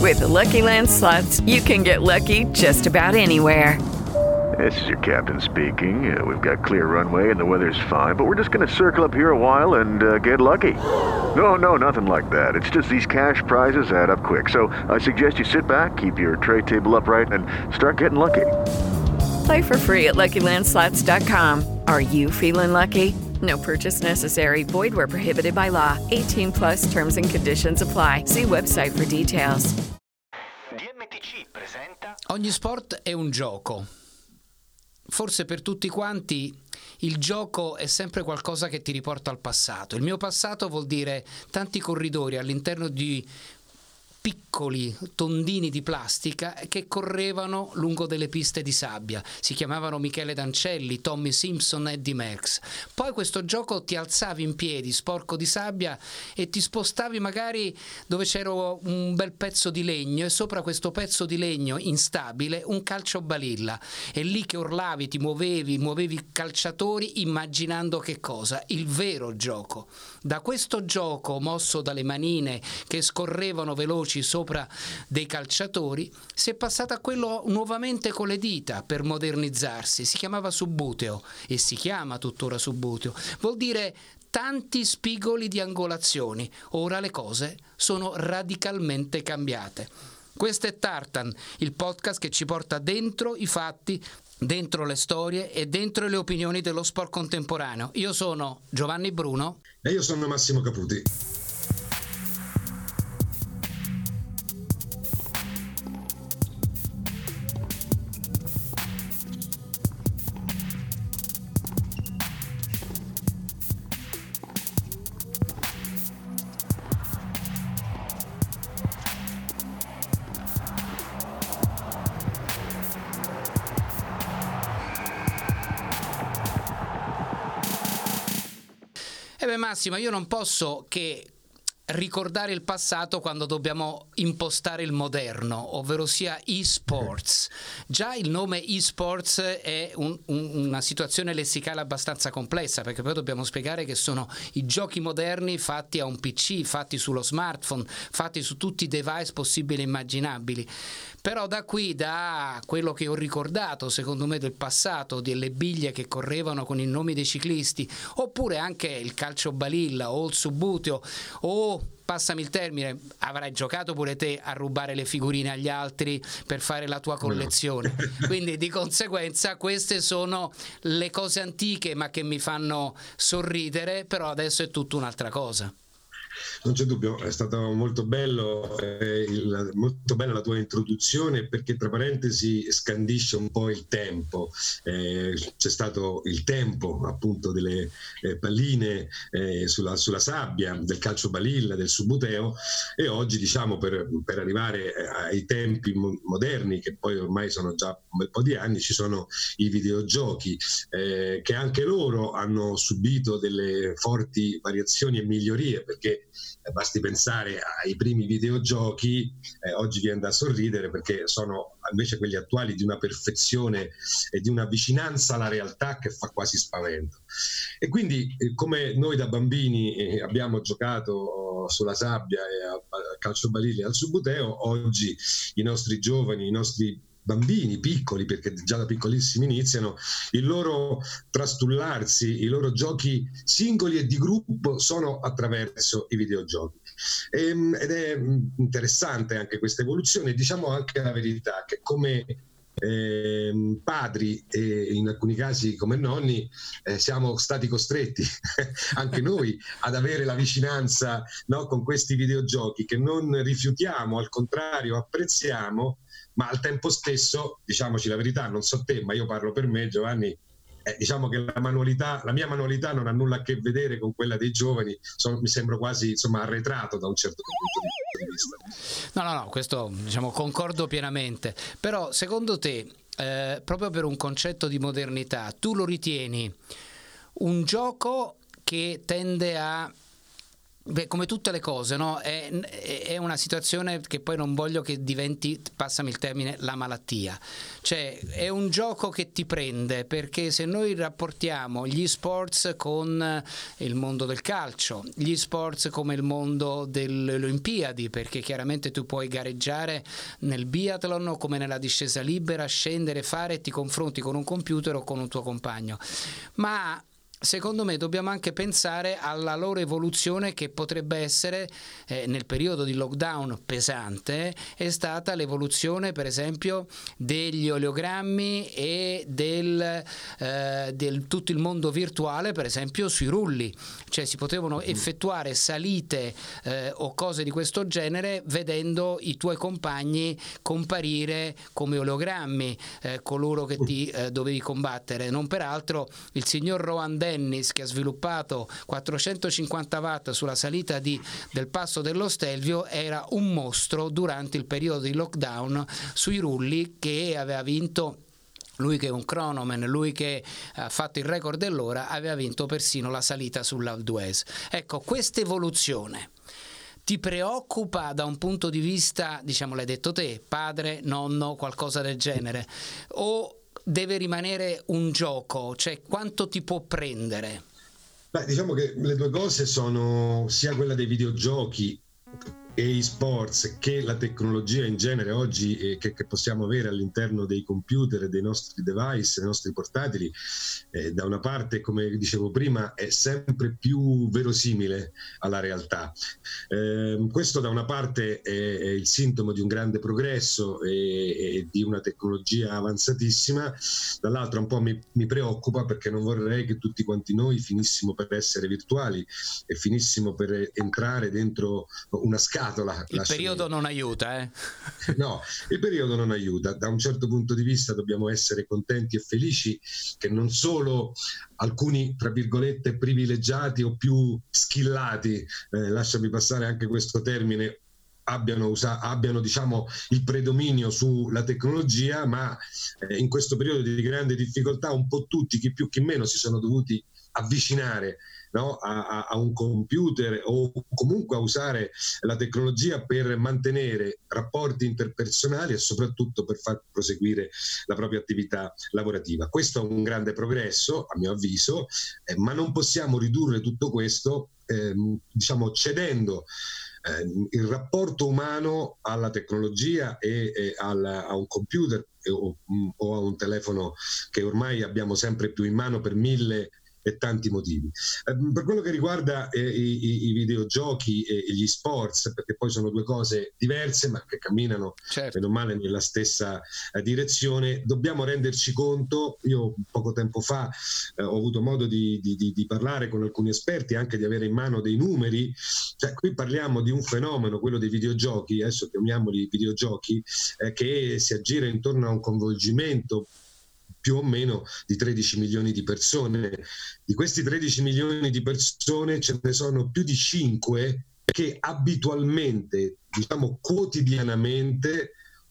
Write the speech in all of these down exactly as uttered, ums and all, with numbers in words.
With the Lucky Land Slots, you can get lucky just about anywhere. This is your captain speaking. Uh, we've got clear runway and the weather's fine, but we're just going to circle up here a while and uh, get lucky. No, no, nothing like that. It's just these cash prizes add up quick. So I suggest you sit back, keep your tray table upright, and start getting lucky. Play for free at Lucky Land Slots dot com. Are you feeling lucky? No purchase necessary. Void where prohibited by law. eighteen plus terms and conditions apply. See website for details. D M T C presenta... Ogni sport è un gioco. Forse per tutti quanti il gioco è sempre qualcosa che ti riporta al passato. Il mio passato vuol dire tanti corridori all'interno di piccoli tondini di plastica che correvano lungo delle piste di sabbia. Si chiamavano Michele Dancelli, Tommy Simpson e Eddie Merckx. Poi questo gioco ti alzavi in piedi, sporco di sabbia, e ti spostavi magari dove c'era un bel pezzo di legno, e sopra questo pezzo di legno instabile un calcio balilla. E lì che urlavi, ti muovevi, muovevi i calciatori immaginando che cosa? Il vero gioco. Da questo gioco, mosso dalle manine che scorrevano veloci sopra dei calciatori, si è passata a quello nuovamente con le dita per modernizzarsi. Si chiamava subbuteo e si chiama tuttora subbuteo. Vuol dire tanti spigoli di angolazioni. Ora le cose sono radicalmente cambiate. Questo è Tartan, il podcast che ci porta dentro i fatti, dentro le storie e dentro le opinioni dello sport contemporaneo. Io sono Giovanni Bruno. E io sono Massimo Caputi. Eh beh Massimo, io non posso che ricordare il passato quando dobbiamo impostare il moderno, ovvero sia eSports. Già il nome eSports è un, un, una situazione lessicale abbastanza complessa, perché poi dobbiamo spiegare che sono i giochi moderni fatti a un P C, fatti sullo smartphone, fatti su tutti i device possibili e immaginabili. Però da qui, da quello che ho ricordato secondo me del passato, delle biglie che correvano con i nomi dei ciclisti, oppure anche il calcio balilla o il subbuteo, o passami il termine, avrai giocato pure te a rubare le figurine agli altri per fare la tua collezione. Quindi di conseguenza queste sono le cose antiche ma che mi fanno sorridere, però adesso è tutta un'altra cosa. Non c'è dubbio, è stato molto bello, eh, il, molto bella la tua introduzione, perché tra parentesi scandisce un po' il tempo. Eh, c'è stato il tempo appunto delle eh, palline eh, sulla, sulla sabbia, del calcio balilla, del subbuteo, e oggi, diciamo, per, per arrivare ai tempi mo- moderni, che poi ormai sono già un bel po' di anni, ci sono i videogiochi eh, che anche loro hanno subito delle forti variazioni e migliorie, perché basti pensare ai primi videogiochi, eh, oggi viene da sorridere perché sono invece quelli attuali di una perfezione e di una vicinanza alla realtà che fa quasi spavento. E quindi eh, come noi da bambini eh, abbiamo giocato sulla sabbia e a, a calcio balilla e al subbuteo, oggi i nostri giovani, i nostri bambini piccoli, perché già da piccolissimi iniziano, il loro trastullarsi, i loro giochi singoli e di gruppo sono attraverso i videogiochi. E, ed è interessante anche questa evoluzione. Diciamo anche la verità che come eh, padri e in alcuni casi come nonni eh, siamo stati costretti anche noi ad avere la vicinanza, no, con questi videogiochi che non rifiutiamo, al contrario apprezziamo, ma al tempo stesso, diciamoci la verità, non so te, ma io parlo per me, Giovanni, eh, diciamo che la manualità, la mia manualità non ha nulla a che vedere con quella dei giovani, sono, mi sembro quasi, insomma, arretrato da un certo punto di vista. No, no, no, questo, diciamo, concordo pienamente, però secondo te, eh, proprio per un concetto di modernità, tu lo ritieni un gioco che tende a Beh, come tutte le cose, no? È, è una situazione che poi non voglio che diventi, passami il termine, la malattia. Cioè, è un gioco che ti prende, perché se noi rapportiamo gli sports con il mondo del calcio, gli sports come il mondo delle Olimpiadi, perché chiaramente tu puoi gareggiare nel biathlon o come nella discesa libera, scendere, fare e ti confronti con un computer o con un tuo compagno. Ma secondo me dobbiamo anche pensare alla loro evoluzione, che potrebbe essere eh, nel periodo di lockdown pesante è stata l'evoluzione per esempio degli oleogrammi e del, eh, del tutto il mondo virtuale, per esempio sui rulli, cioè si potevano effettuare salite eh, o cose di questo genere vedendo i tuoi compagni comparire come oleogrammi, eh, coloro che ti eh, dovevi combattere. Non peraltro il signor Rohan Dennis, che ha sviluppato quattrocentocinquanta watt sulla salita di, del passo dello Stelvio, era un mostro durante il periodo di lockdown sui rulli, che aveva vinto, lui che è un cronoman, lui che ha fatto il record dell'ora, aveva vinto persino la salita sull'Alpe d'Huez. Ecco, questa evoluzione ti preoccupa da un punto di vista, diciamo, l'hai detto te, padre, nonno, qualcosa del genere, o deve rimanere un gioco? Cioè, quanto ti può prendere? Beh, diciamo che le due cose sono sia quella dei videogiochi e gli sports che la tecnologia in genere oggi eh, che, che possiamo avere all'interno dei computer e dei nostri device, dei nostri portatili, eh, da una parte, come dicevo prima, è sempre più verosimile alla realtà. Eh, questo da una parte è, è il sintomo di un grande progresso e, e di una tecnologia avanzatissima, dall'altra un po' mi, mi preoccupa, perché non vorrei che tutti quanti noi finissimo per essere virtuali e finissimo per entrare dentro una scatola. Il periodo non aiuta, eh? No, il periodo non aiuta. Da un certo punto di vista dobbiamo essere contenti e felici che non solo alcuni, tra virgolette, privilegiati o più skillati, eh, lasciami passare anche questo termine, abbiano, usa- abbiano diciamo il predominio sulla tecnologia, ma eh, in questo periodo di grande difficoltà un po' tutti, chi più chi meno, si sono dovuti avvicinare, no, a, a un computer o comunque a usare la tecnologia per mantenere rapporti interpersonali e soprattutto per far proseguire la propria attività lavorativa. Questo è un grande progresso, a mio avviso, eh, ma non possiamo ridurre tutto questo eh, diciamo cedendo eh, il rapporto umano alla tecnologia e, e al, a un computer e, o, o a un telefono che ormai abbiamo sempre più in mano per mille e tanti motivi. Eh, per quello che riguarda eh, i, i videogiochi e, e gli sports, perché poi sono due cose diverse ma che camminano, certo, meno male nella stessa eh, direzione, dobbiamo renderci conto. Io poco tempo fa eh, ho avuto modo di, di, di, di parlare con alcuni esperti, anche di avere in mano dei numeri. Cioè, qui parliamo di un fenomeno, quello dei videogiochi, adesso chiamiamoli videogiochi, eh, che si aggira intorno a un coinvolgimento più o meno di tredici milioni di persone. Di questi tredici milioni di persone ce ne sono più di cinque che abitualmente, diciamo quotidianamente,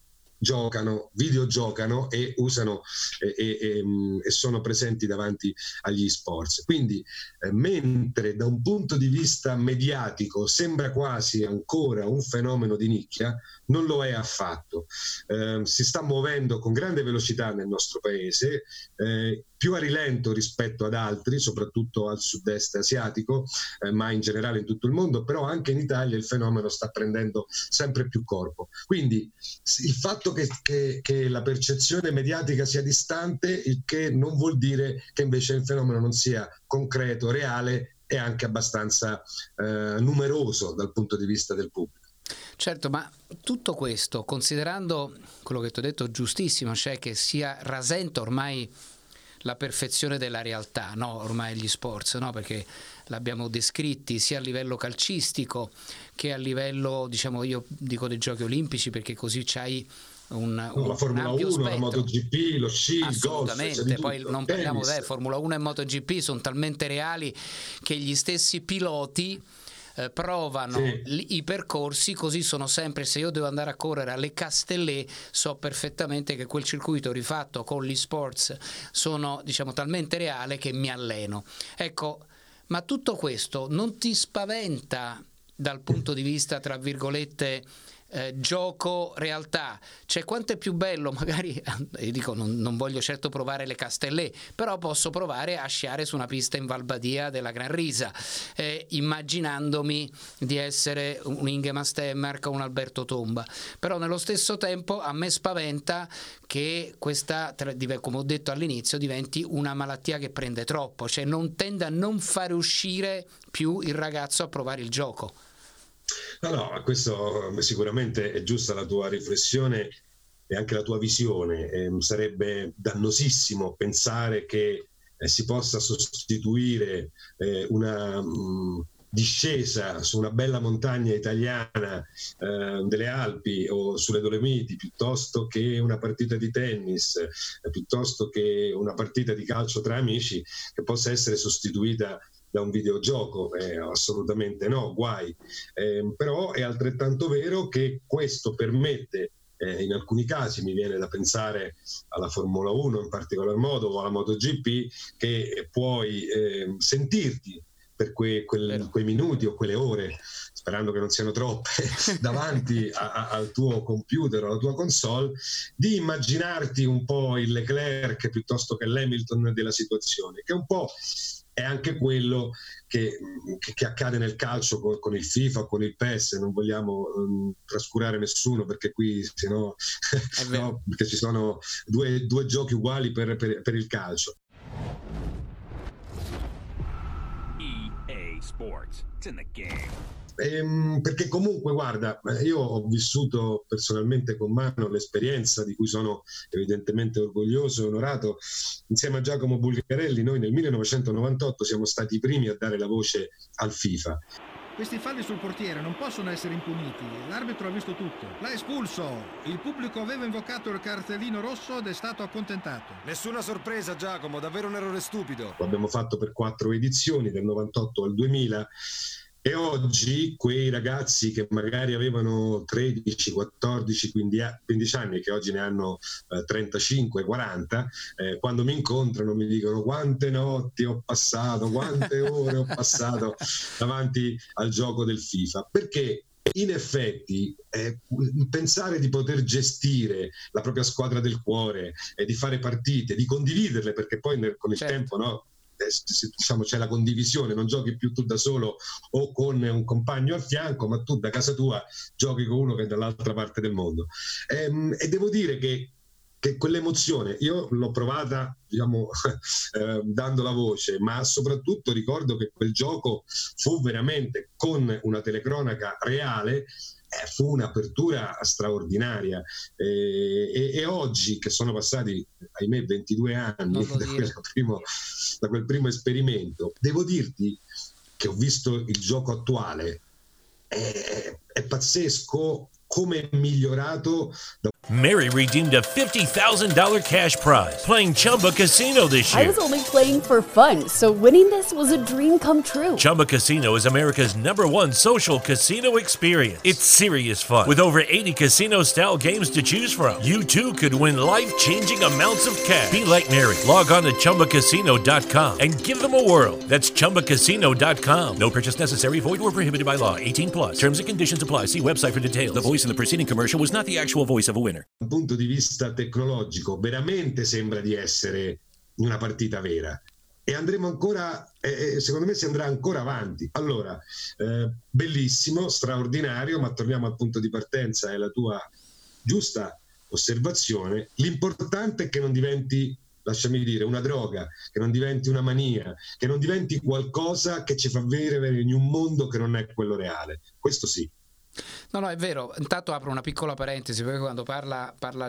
giocano, videogiocano e usano e, e, e sono presenti davanti agli sports. Quindi eh, mentre da un punto di vista mediatico sembra quasi ancora un fenomeno di nicchia, non lo è affatto. Eh, si sta muovendo con grande velocità nel nostro paese, eh, più a rilento rispetto ad altri, soprattutto al sud-est asiatico, eh, ma in generale in tutto il mondo, però anche in Italia il fenomeno sta prendendo sempre più corpo. Quindi il fatto che, che, che la percezione mediatica sia distante, il che non vuol dire che invece il fenomeno non sia concreto, reale e anche abbastanza eh, numeroso dal punto di vista del pubblico. Certo, ma tutto questo, considerando quello che ti ho detto giustissimo, cioè che sia rasenta ormai la perfezione della realtà, no? Ormai gli sports, no? Perché l'abbiamo descritti sia a livello calcistico che a livello, diciamo, io dico dei giochi olimpici perché così c'hai un, no, un la Formula ampio uno, spettro. La MotoGP, lo sci, il golf, assolutamente, poi non parliamo di Formula uno e MotoGP, sono talmente reali che gli stessi piloti Eh, provano sì. i percorsi, così sono sempre, se io devo andare a correre alle Castellet so perfettamente che quel circuito rifatto con gli sports sono, diciamo, talmente reale che mi alleno. Ecco, Ma tutto questo non ti spaventa dal punto di vista, tra virgolette, Eh, gioco realtà? Cioè, quanto è più bello, magari io dico non, non voglio certo provare le Castellet, però posso provare a sciare su una pista in Val Badia della Gran Risa, eh, immaginandomi di essere un Ingemar Stenmark o un Alberto Tomba. Però nello stesso tempo a me spaventa che questa, come ho detto all'inizio, diventi una malattia che prende troppo, cioè non tende a non fare uscire più il ragazzo a provare il gioco. No, no, questo sicuramente è giusta la tua riflessione e anche la tua visione. Eh, sarebbe dannosissimo pensare che eh, si possa sostituire eh, una mh, discesa su una bella montagna italiana eh, delle Alpi o sulle Dolomiti, piuttosto che una partita di tennis, eh, piuttosto che una partita di calcio tra amici, che possa essere sostituita da un videogioco. Eh, assolutamente no, guai. Eh, però è altrettanto vero che questo permette, eh, in alcuni casi mi viene da pensare alla Formula uno in particolar modo o alla MotoGP, che puoi eh, sentirti per que, quel, quei minuti o quelle ore, sperando che non siano troppe, davanti a, a, al tuo computer o alla tua console, di immaginarti un po' il Leclerc piuttosto che l'Hamilton della situazione, che un po' è anche quello che, che, che accade nel calcio con, con il FIFA, con il P E S. Non vogliamo um, trascurare nessuno, perché qui se no, no, perché ci sono due, due giochi uguali per, per, per il calcio. E A Sports, it's in the game. Ehm, perché comunque guarda, io ho vissuto personalmente con mano l'esperienza di cui sono evidentemente orgoglioso e onorato. Insieme a Giacomo Bulgarelli noi nel millenovecentonovantotto siamo stati i primi a dare la voce al FIFA. Questi falli sul portiere non possono essere impuniti. L'arbitro ha visto tutto. L'ha espulso. Il pubblico aveva invocato il cartellino rosso ed è stato accontentato. Nessuna sorpresa, Giacomo, davvero un errore stupido. Lo abbiamo fatto per quattro edizioni, dal novantotto al duemila. E oggi quei ragazzi che magari avevano tredici, quattordici, quindici anni, che oggi ne hanno eh, trentacinque, quaranta, eh, quando mi incontrano mi dicono quante notti ho passato, quante ore ho passato davanti al gioco del FIFA. Perché in effetti eh, pensare di poter gestire la propria squadra del cuore, eh, di fare partite, di condividerle, perché poi nel, con il certo. tempo, no? Eh, diciamo, c'è la condivisione, non giochi più tu da solo o con un compagno al fianco, ma tu da casa tua giochi con uno che è dall'altra parte del mondo. Ehm, e devo dire che, che quell'emozione io l'ho provata, diciamo, eh, dando la voce, ma soprattutto ricordo che quel gioco fu veramente, con una telecronaca reale, eh, fu un'apertura straordinaria. Eh, e, e oggi, che sono passati ahimè ventidue anni da quel, primo, da quel primo esperimento, devo dirti che ho visto il gioco attuale, è, è pazzesco come è migliorato. Da... Mary redeemed a fifty thousand dollars cash prize playing Chumba Casino this year. I was only playing for fun, so winning this was a dream come true. Chumba Casino is America's number one social casino experience. It's serious fun. With over eighty casino-style games to choose from, you too could win life-changing amounts of cash. Be like Mary. Log on to Chumba Casino dot com and give them a whirl. That's Chumba Casino dot com. No purchase necessary. Void or prohibited by law. eighteen plus. Terms and conditions apply. See website for details. The voice in the preceding commercial was not the actual voice of a winner. Dal punto di vista tecnologico veramente sembra di essere una partita vera, e andremo ancora, eh, secondo me si andrà ancora avanti. Allora, eh, bellissimo, straordinario, ma torniamo al punto di partenza e alla tua giusta osservazione. L'importante è che non diventi, lasciami dire, una droga, che non diventi una mania, che non diventi qualcosa che ci fa vivere in un mondo che non è quello reale. Questo sì. No, no, è vero. Intanto apro una piccola parentesi, perché quando parla, parla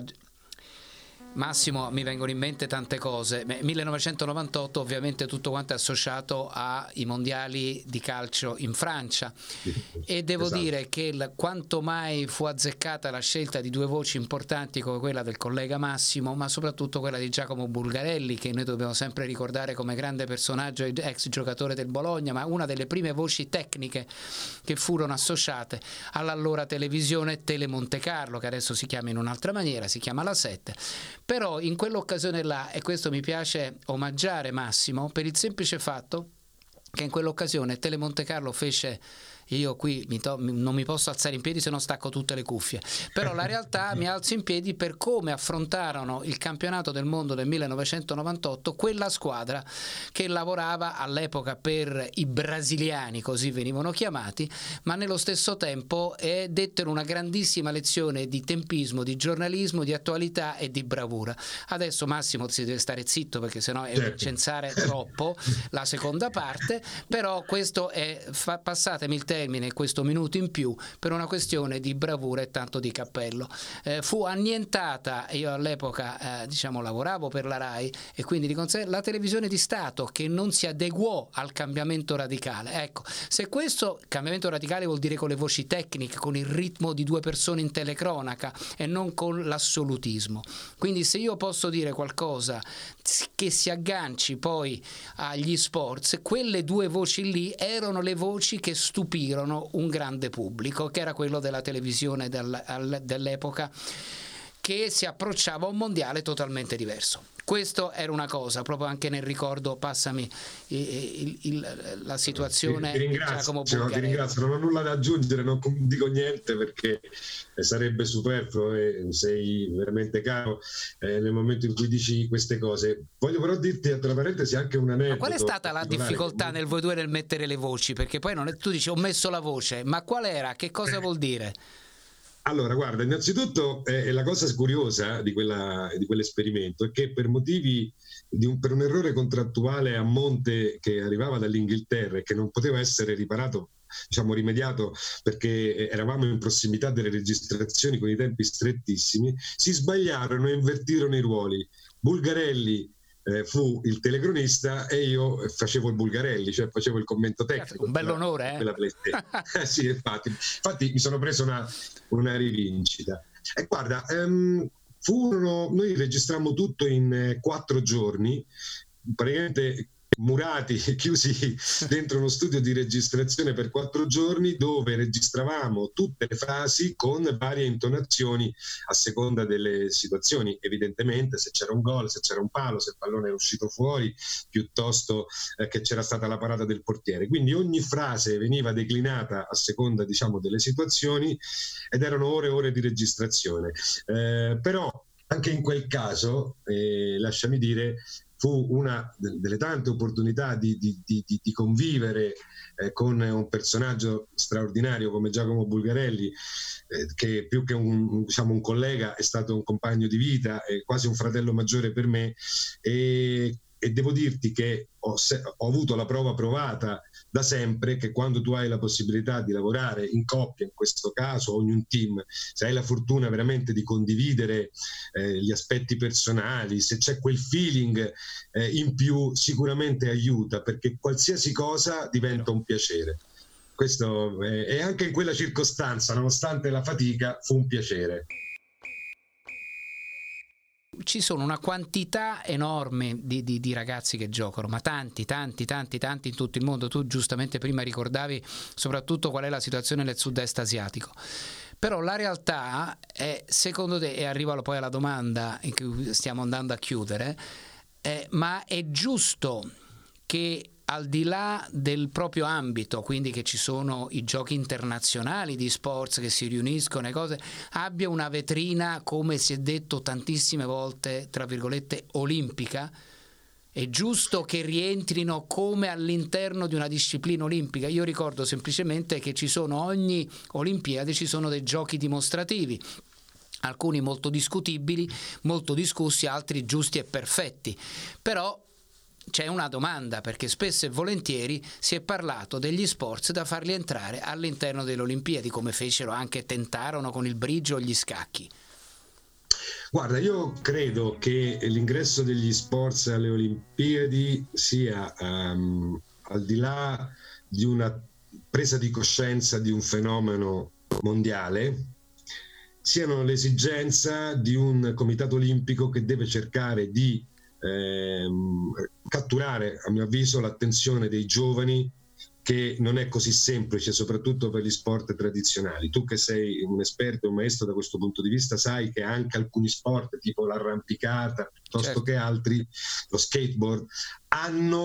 Massimo mi vengono in mente tante cose. millenovecentonovantotto ovviamente tutto quanto è associato ai mondiali di calcio in Francia, e devo esatto. dire che il, quanto mai fu azzeccata la scelta di due voci importanti come quella del collega Massimo, ma soprattutto quella di Giacomo Bulgarelli, che noi dobbiamo sempre ricordare come grande personaggio, ex giocatore del Bologna, ma una delle prime voci tecniche che furono associate all'allora televisione Tele Monte Carlo, che adesso si chiama in un'altra maniera, si chiama La sette. Però in quell'occasione là, e questo mi piace omaggiare Massimo, per il semplice fatto che in quell'occasione Tele Monte Carlo fece, io qui mi to- non mi posso alzare in piedi se no stacco tutte le cuffie, però la realtà mi alzo in piedi per come affrontarono il campionato del mondo del millenovecentonovantotto quella squadra che lavorava all'epoca per i brasiliani, così venivano chiamati, ma nello stesso tempo eh, dettero una grandissima lezione di tempismo, di giornalismo, di attualità e di bravura. Adesso Massimo si deve stare zitto perché sennò è certo. incensare troppo la seconda parte, però questo è, fa, passatemi il termine, questo minuto in più per una questione di bravura e tanto di cappello. Eh, fu annientata, io all'epoca eh, diciamo lavoravo per la Rai e quindi di conseguenza la televisione di Stato che non si adeguò al cambiamento radicale. Ecco, se questo cambiamento radicale vuol dire con le voci tecniche, con il ritmo di due persone in telecronaca e non con l'assolutismo. Quindi se io posso dire qualcosa che si agganci poi agli sports, quelle due voci lì erano le voci che stupirono un grande pubblico, che era quello della televisione del, al, dell'epoca, che si approcciava a un mondiale totalmente diverso. Questo era una cosa, proprio anche nel ricordo, passami il, il, il, la situazione ti, ti di Giacomo Bulgarelli. No, ti ringrazio, non ho nulla da aggiungere, non dico niente perché sarebbe superfluo e sei veramente caro eh, nel momento in cui dici queste cose. Voglio però dirti, tra parentesi, anche un aneddoto. Ma qual è stata la difficoltà nel voi due nel mettere le voci? Perché poi non è, tu dici ho messo la voce, ma qual era? Che cosa vuol dire? Allora, guarda, innanzitutto eh, la cosa curiosa di, quella, di quell'esperimento è che per motivi di un, per un errore contrattuale a monte che arrivava dall'Inghilterra e che non poteva essere riparato, diciamo rimediato, perché eravamo in prossimità delle registrazioni con i tempi strettissimi, si sbagliarono e invertirono i ruoli. Bulgarelli Eh, fu il telecronista e io facevo il Bulgarelli, cioè facevo il commento tecnico. Un bell'onore, eh? Sì, infatti, infatti mi sono preso una, una rivincita. E guarda, um, furono, noi registrammo tutto in eh, quattro giorni, praticamente murati, chiusi dentro uno studio di registrazione per quattro giorni, dove registravamo tutte le frasi con varie intonazioni a seconda delle situazioni, evidentemente se c'era un gol, se c'era un palo, se il pallone era uscito fuori, piuttosto eh, che c'era stata la parata del portiere. Quindi ogni frase veniva declinata a seconda, diciamo, delle situazioni ed erano ore e ore di registrazione. Eh, però anche in quel caso, eh, lasciami dire, fu una delle tante opportunità di, di, di, di convivere eh, con un personaggio straordinario come Giacomo Bulgarelli, eh, che più che un, diciamo, un collega è stato un compagno di vita, è quasi un fratello maggiore per me, e, e devo dirti che ho, se, ho avuto la prova provata da sempre che quando tu hai la possibilità di lavorare in coppia, in questo caso, o in un team, se hai la fortuna veramente di condividere eh, gli aspetti personali, se c'è quel feeling eh, in più, sicuramente aiuta, perché qualsiasi cosa diventa un piacere. Questo è, e anche in quella circostanza, nonostante la fatica, fu un piacere. Ci sono una quantità enorme di, di, di ragazzi che giocano, ma tanti, tanti, tanti, tanti in tutto il mondo. Tu giustamente prima ricordavi soprattutto qual è la situazione nel sud-est asiatico. Però la realtà è, secondo te, e arrivo poi alla domanda in cui stiamo andando a chiudere, eh, ma è giusto che al di là del proprio ambito, quindi che ci sono i giochi internazionali di sports che si riuniscono e cose, abbia una vetrina, come si è detto tantissime volte, tra virgolette, olimpica? È giusto che rientrino come all'interno di una disciplina olimpica? Io ricordo semplicemente che ci sono, ogni Olimpiade ci sono dei giochi dimostrativi, alcuni molto discutibili, molto discussi, altri giusti e perfetti, però c'è una domanda, perché spesso e volentieri si è parlato degli sport da farli entrare all'interno delle Olimpiadi, come fecero anche, tentarono con il bridge o gli scacchi. Guarda, io credo che l'ingresso degli sport alle Olimpiadi sia um, al di là di una presa di coscienza di un fenomeno mondiale, siano l'esigenza di un comitato olimpico che deve cercare di ehm, catturare, a mio avviso, l'attenzione dei giovani, che non è così semplice, soprattutto per gli sport tradizionali. Tu che sei un esperto e un maestro da questo punto di vista sai che anche alcuni sport, tipo l'arrampicata, piuttosto certo. che altri, lo skateboard, hanno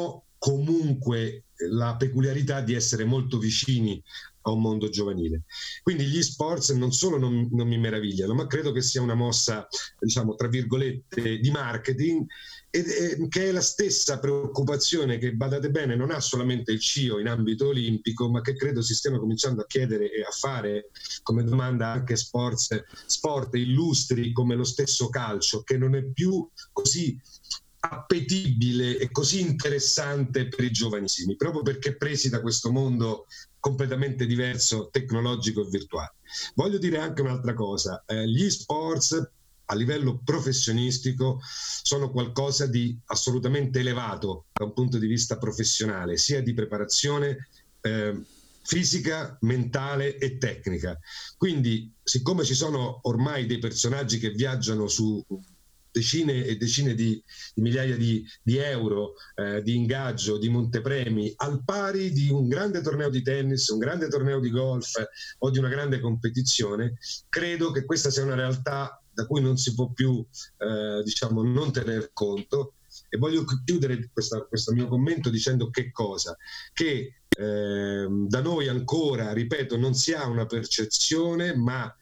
comunque la peculiarità di essere molto vicini a un mondo giovanile. Quindi gli sports non solo non, non mi meravigliano, ma credo che sia una mossa, diciamo, tra virgolette, di marketing, ed, e, che è la stessa preoccupazione che, badate bene, non ha solamente il C I O in ambito olimpico, ma che credo si stiano cominciando a chiedere e a fare come domanda anche sports, sport illustri come lo stesso calcio, che non è più così appetibile e così interessante per i giovanissimi, proprio perché presi da questo mondo completamente diverso, tecnologico e virtuale. Voglio dire anche un'altra cosa, eh, gli sports a livello professionistico sono qualcosa di assolutamente elevato da un punto di vista professionale, sia di preparazione eh, fisica, mentale e tecnica. Quindi, siccome ci sono ormai dei personaggi che viaggiano su decine e decine di, di migliaia di, di euro eh, di ingaggio, di montepremi, al pari di un grande torneo di tennis, un grande torneo di golf eh, o di una grande competizione, credo che questa sia una realtà da cui non si può più eh, diciamo non tener conto. E voglio chiudere questa, questo mio commento dicendo che cosa? Che eh, da noi ancora, ripeto, non si ha una percezione, ma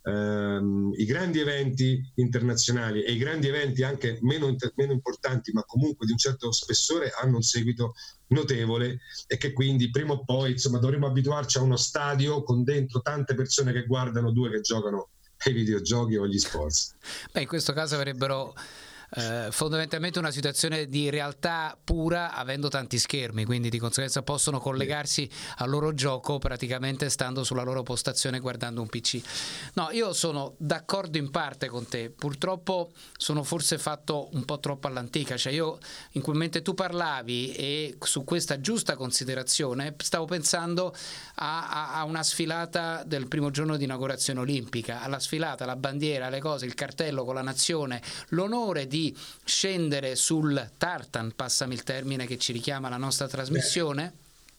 Um, i grandi eventi internazionali e i grandi eventi anche meno, inter- meno importanti, ma comunque di un certo spessore, hanno un seguito notevole, e che quindi prima o poi, insomma, dovremo abituarci a uno stadio con dentro tante persone che guardano due che giocano ai videogiochi o agli sports. Beh, in questo caso avrebbero Eh, fondamentalmente una situazione di realtà pura, avendo tanti schermi, quindi di conseguenza possono collegarsi al loro gioco praticamente stando sulla loro postazione guardando un P C. No, io sono d'accordo in parte con te, purtroppo sono forse fatto un po' troppo all'antica, cioè io in cui mentre tu parlavi e su questa giusta considerazione stavo pensando a, a, a una sfilata del primo giorno di inaugurazione olimpica, alla sfilata, la bandiera, le cose, il cartello con la nazione, l'onore di di scendere sul tartan, passami il termine che ci richiama la nostra trasmissione,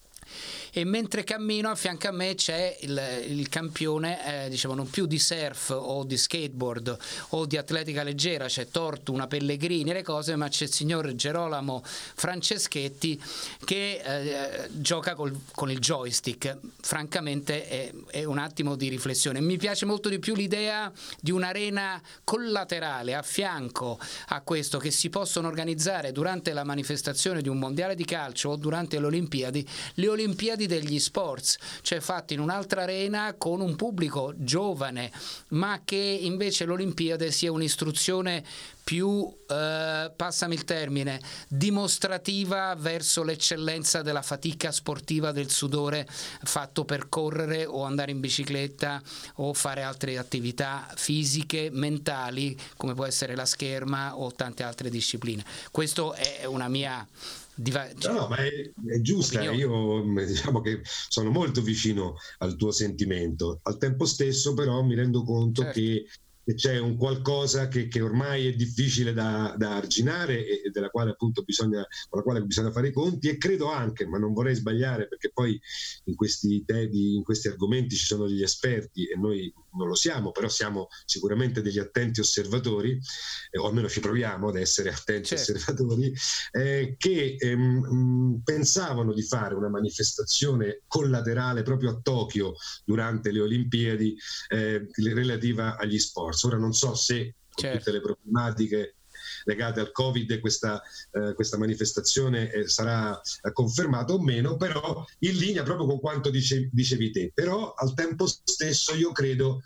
e mentre cammino a fianco a me c'è il, il campione eh, diciamo non più di surf o di skateboard o di atletica leggera, c'è Tortu, una Pellegrini, le cose, ma c'è il signor Gerolamo Franceschetti che eh, gioca col, con il joystick. Francamente è, è un attimo di riflessione. Mi piace molto di più l'idea di un'arena collaterale a fianco a questo, che si possono organizzare durante la manifestazione di un mondiale di calcio o durante le Olimpiadi, le Olimpiadi degli sports, cioè fatti in un'altra arena con un pubblico giovane, ma che invece l'Olimpiade sia un'istruzione più, eh, passami il termine, dimostrativa verso l'eccellenza della fatica sportiva, del sudore fatto per correre o andare in bicicletta o fare altre attività fisiche, mentali, come può essere la scherma o tante altre discipline. Questo è una mia Diva- no, no, ma è, è giusta, io diciamo che sono molto vicino al tuo sentimento, al tempo stesso però mi rendo conto certo. che c'è un qualcosa che, che ormai è difficile da, da arginare e della quale appunto bisogna, con la quale bisogna fare i conti, e credo anche, ma non vorrei sbagliare perché poi in questi temi, in questi argomenti ci sono degli esperti e noi non lo siamo, però siamo sicuramente degli attenti osservatori, eh, o almeno ci proviamo ad essere attenti certo. osservatori, eh, che ehm, pensavano di fare una manifestazione collaterale proprio a Tokyo durante le Olimpiadi eh, relativa agli sport. Ora non so se con certo. tutte le problematiche legate al Covid questa, eh, questa manifestazione eh, sarà eh, confermata o meno, però in linea proprio con quanto dice, dicevi te. Però al tempo stesso io credo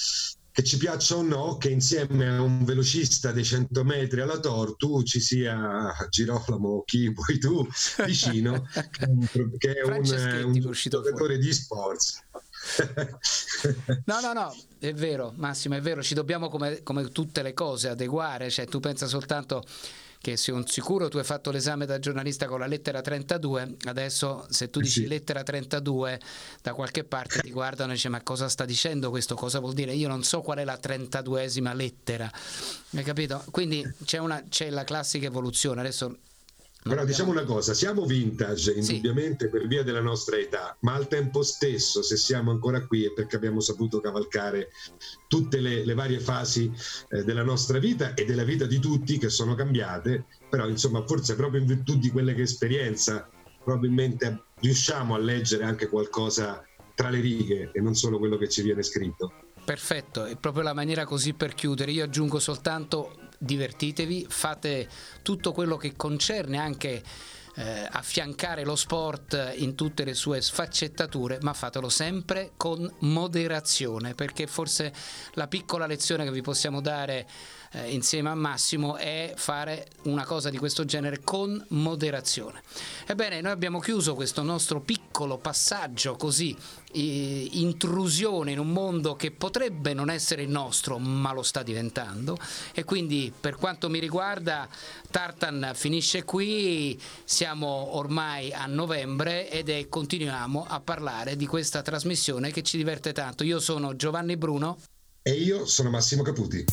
che ci piaccia o no che insieme a un velocista dei cento metri alla Tortu ci sia Girolamo, chi vuoi tu, vicino, che è un, un giocatore di sports. No, no, no, è vero, Massimo, è vero, ci dobbiamo come, come tutte le cose adeguare, cioè tu pensa soltanto che sono sicuro tu hai fatto l'esame da giornalista con la lettera trentadue, adesso se tu dici sì. lettera trentadue da qualche parte ti guardano e dicono ma cosa sta dicendo questo, cosa vuol dire, io non so qual è la trentaduesima lettera, hai capito? Quindi c'è, una, c'è la classica evoluzione, adesso Però diciamo una cosa, siamo vintage indubbiamente, sì, per via della nostra età, ma al tempo stesso, se siamo ancora qui è perché abbiamo saputo cavalcare tutte le, le varie fasi eh, della nostra vita e della vita di tutti, che sono cambiate, però insomma forse proprio in virtù di quelle che esperienza probabilmente riusciamo a leggere anche qualcosa tra le righe e non solo quello che ci viene scritto. Perfetto, è proprio la maniera così per chiudere. Io aggiungo soltanto: divertitevi, fate tutto quello che concerne anche eh, affiancare lo sport in tutte le sue sfaccettature, ma fatelo sempre con moderazione, perché forse la piccola lezione che vi possiamo dare eh, insieme a Massimo è fare una cosa di questo genere con moderazione. Ebbene, noi abbiamo chiuso questo nostro piccolo passaggio così, eh, intrusione in un mondo che potrebbe non essere il nostro, ma lo sta diventando, e quindi per quanto mi riguarda Tartan finisce qui. Siamo ormai a novembre ed è continuiamo a parlare di questa trasmissione che ci diverte tanto. Io sono Giovanni Bruno e io sono Massimo Caputi.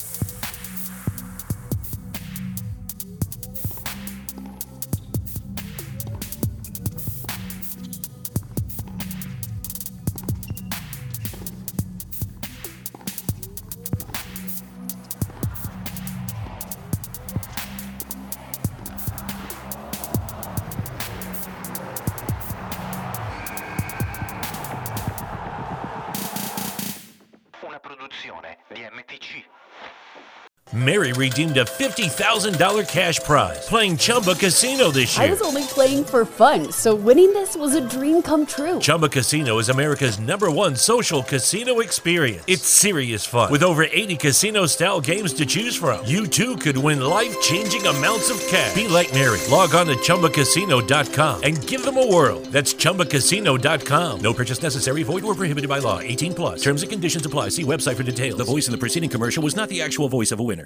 Mary redeemed a fifty thousand dollars cash prize playing Chumba Casino this year. I was only playing for fun, so winning this was a dream come true. Chumba Casino is America's number one social casino experience. It's serious fun. With over eighty casino-style games to choose from, you too could win life-changing amounts of cash. Be like Mary. Log on to Chumba Casino dot com and give them a whirl. That's Chumba Casino dot com. No purchase necessary. Void or prohibited by law. eighteen plus. Terms and conditions apply. See website for details. The voice in the preceding commercial was not the actual voice of a winner.